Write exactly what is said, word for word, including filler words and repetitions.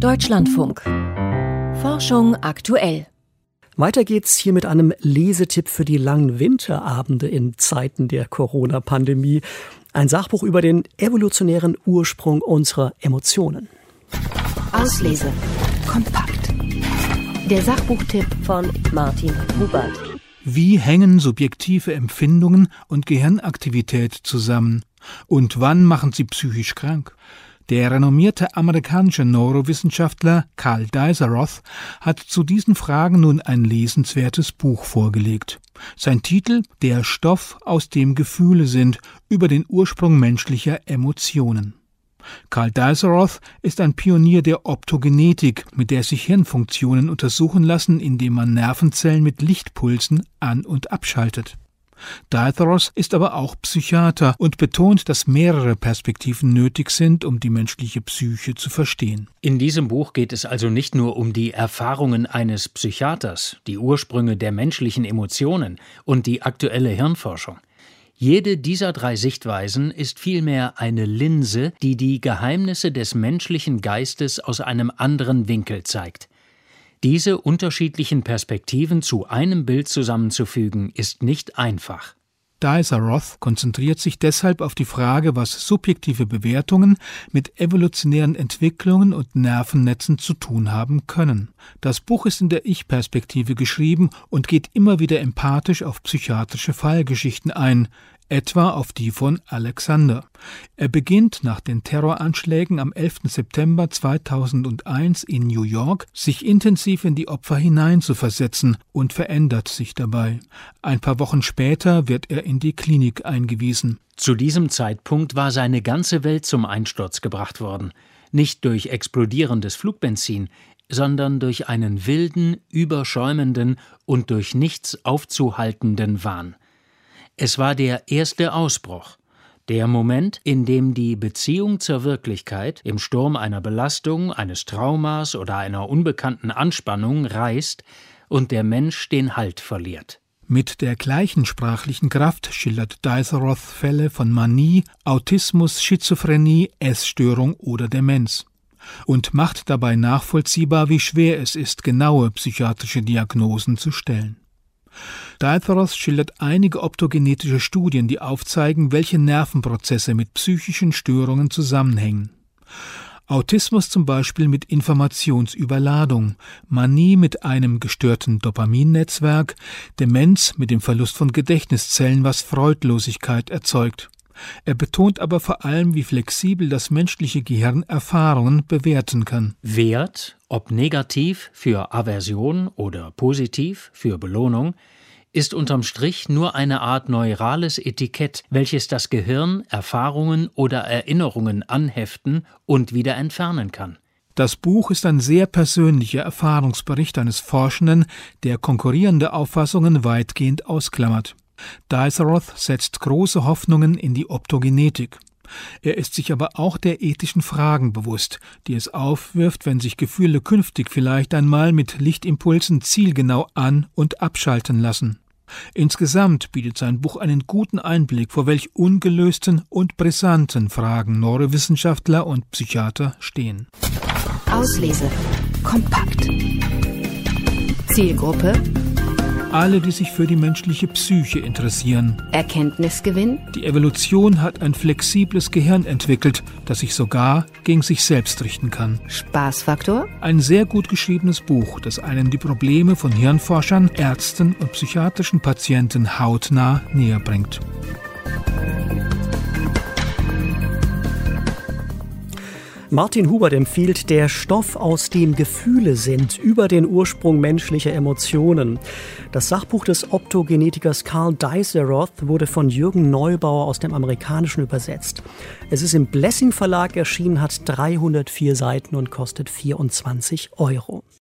Deutschlandfunk. Forschung aktuell. Weiter geht's hier mit einem Lesetipp für die langen Winterabende in Zeiten der Corona-Pandemie. Ein Sachbuch über den evolutionären Ursprung unserer Emotionen. Auslese. Kompakt. Der Sachbuchtipp von Martin Hubert. Wie hängen subjektive Empfindungen und Gehirnaktivität zusammen? Und wann machen sie psychisch krank? Der renommierte amerikanische Neurowissenschaftler Karl Dies-A-Roth hat zu diesen Fragen nun ein lesenswertes Buch vorgelegt. Sein Titel: Der Stoff, aus dem Gefühle sind, über den Ursprung menschlicher Emotionen. Karl Dies-A-Roth ist ein Pionier der Optogenetik, mit der sich Hirnfunktionen untersuchen lassen, indem man Nervenzellen mit Lichtpulsen an- und abschaltet. Dies-A-Roth ist aber auch Psychiater und betont, dass mehrere Perspektiven nötig sind, um die menschliche Psyche zu verstehen. In diesem Buch geht es also nicht nur um die Erfahrungen eines Psychiaters, die Ursprünge der menschlichen Emotionen und die aktuelle Hirnforschung. Jede dieser drei Sichtweisen ist vielmehr eine Linse, die die Geheimnisse des menschlichen Geistes aus einem anderen Winkel zeigt. Diese unterschiedlichen Perspektiven zu einem Bild zusammenzufügen, ist nicht einfach. Dies-A-Roth konzentriert sich deshalb auf die Frage, was subjektive Bewertungen mit evolutionären Entwicklungen und Nervennetzen zu tun haben können. Das Buch ist in der Ich-Perspektive geschrieben und geht immer wieder empathisch auf psychiatrische Fallgeschichten ein, etwa auf die von Alexander. Er beginnt nach den Terroranschlägen am elften September zweitausendeins in New York, sich intensiv in die Opfer hineinzuversetzen und verändert sich dabei. Ein paar Wochen später wird er in die Klinik eingewiesen. Zu diesem Zeitpunkt war seine ganze Welt zum Einsturz gebracht worden. Nicht durch explodierendes Flugbenzin, sondern durch einen wilden, überschäumenden und durch nichts aufzuhaltenden Wahn. Es war der erste Ausbruch, der Moment, in dem die Beziehung zur Wirklichkeit im Sturm einer Belastung, eines Traumas oder einer unbekannten Anspannung reißt und der Mensch den Halt verliert. Mit der gleichen sprachlichen Kraft schildert Dies-A-Roth Fälle von Manie, Autismus, Schizophrenie, Essstörung oder Demenz und macht dabei nachvollziehbar, wie schwer es ist, genaue psychiatrische Diagnosen zu stellen. Dies-A-Roth schildert einige optogenetische Studien, die aufzeigen, welche Nervenprozesse mit psychischen Störungen zusammenhängen. Autismus zum Beispiel mit Informationsüberladung, Manie mit einem gestörten Dopaminnetzwerk, Demenz mit dem Verlust von Gedächtniszellen, was Freudlosigkeit erzeugt. Er betont aber vor allem, wie flexibel das menschliche Gehirn Erfahrungen bewerten kann. Wert, ob negativ für Aversion oder positiv für Belohnung, ist unterm Strich nur eine Art neurales Etikett, welches das Gehirn Erfahrungen oder Erinnerungen anheften und wieder entfernen kann. Das Buch ist ein sehr persönlicher Erfahrungsbericht eines Forschenden, der konkurrierende Auffassungen weitgehend ausklammert. Dies-A-Roth setzt große Hoffnungen in die Optogenetik. Er ist sich aber auch der ethischen Fragen bewusst, die es aufwirft, wenn sich Gefühle künftig vielleicht einmal mit Lichtimpulsen zielgenau an- und abschalten lassen. Insgesamt bietet sein Buch einen guten Einblick, vor welch ungelösten und brisanten Fragen Neurowissenschaftler und Psychiater stehen. Auslese. Kompakt. Zielgruppe: Alle, die sich für die menschliche Psyche interessieren. Erkenntnisgewinn: Die Evolution hat ein flexibles Gehirn entwickelt, das sich sogar gegen sich selbst richten kann. Spaßfaktor: Ein sehr gut geschriebenes Buch, das einem die Probleme von Hirnforschern, Ärzten und psychiatrischen Patienten hautnah näher bringt. Martin Hubert empfiehlt Der Stoff, aus dem Gefühle sind, über den Ursprung menschlicher Emotionen. Das Sachbuch des Optogenetikers Karl Dies-A-Roth wurde von Jürgen Neubauer aus dem Amerikanischen übersetzt. Es ist im Blessing Verlag erschienen, hat dreihundertvier Seiten und kostet vierundzwanzig Euro.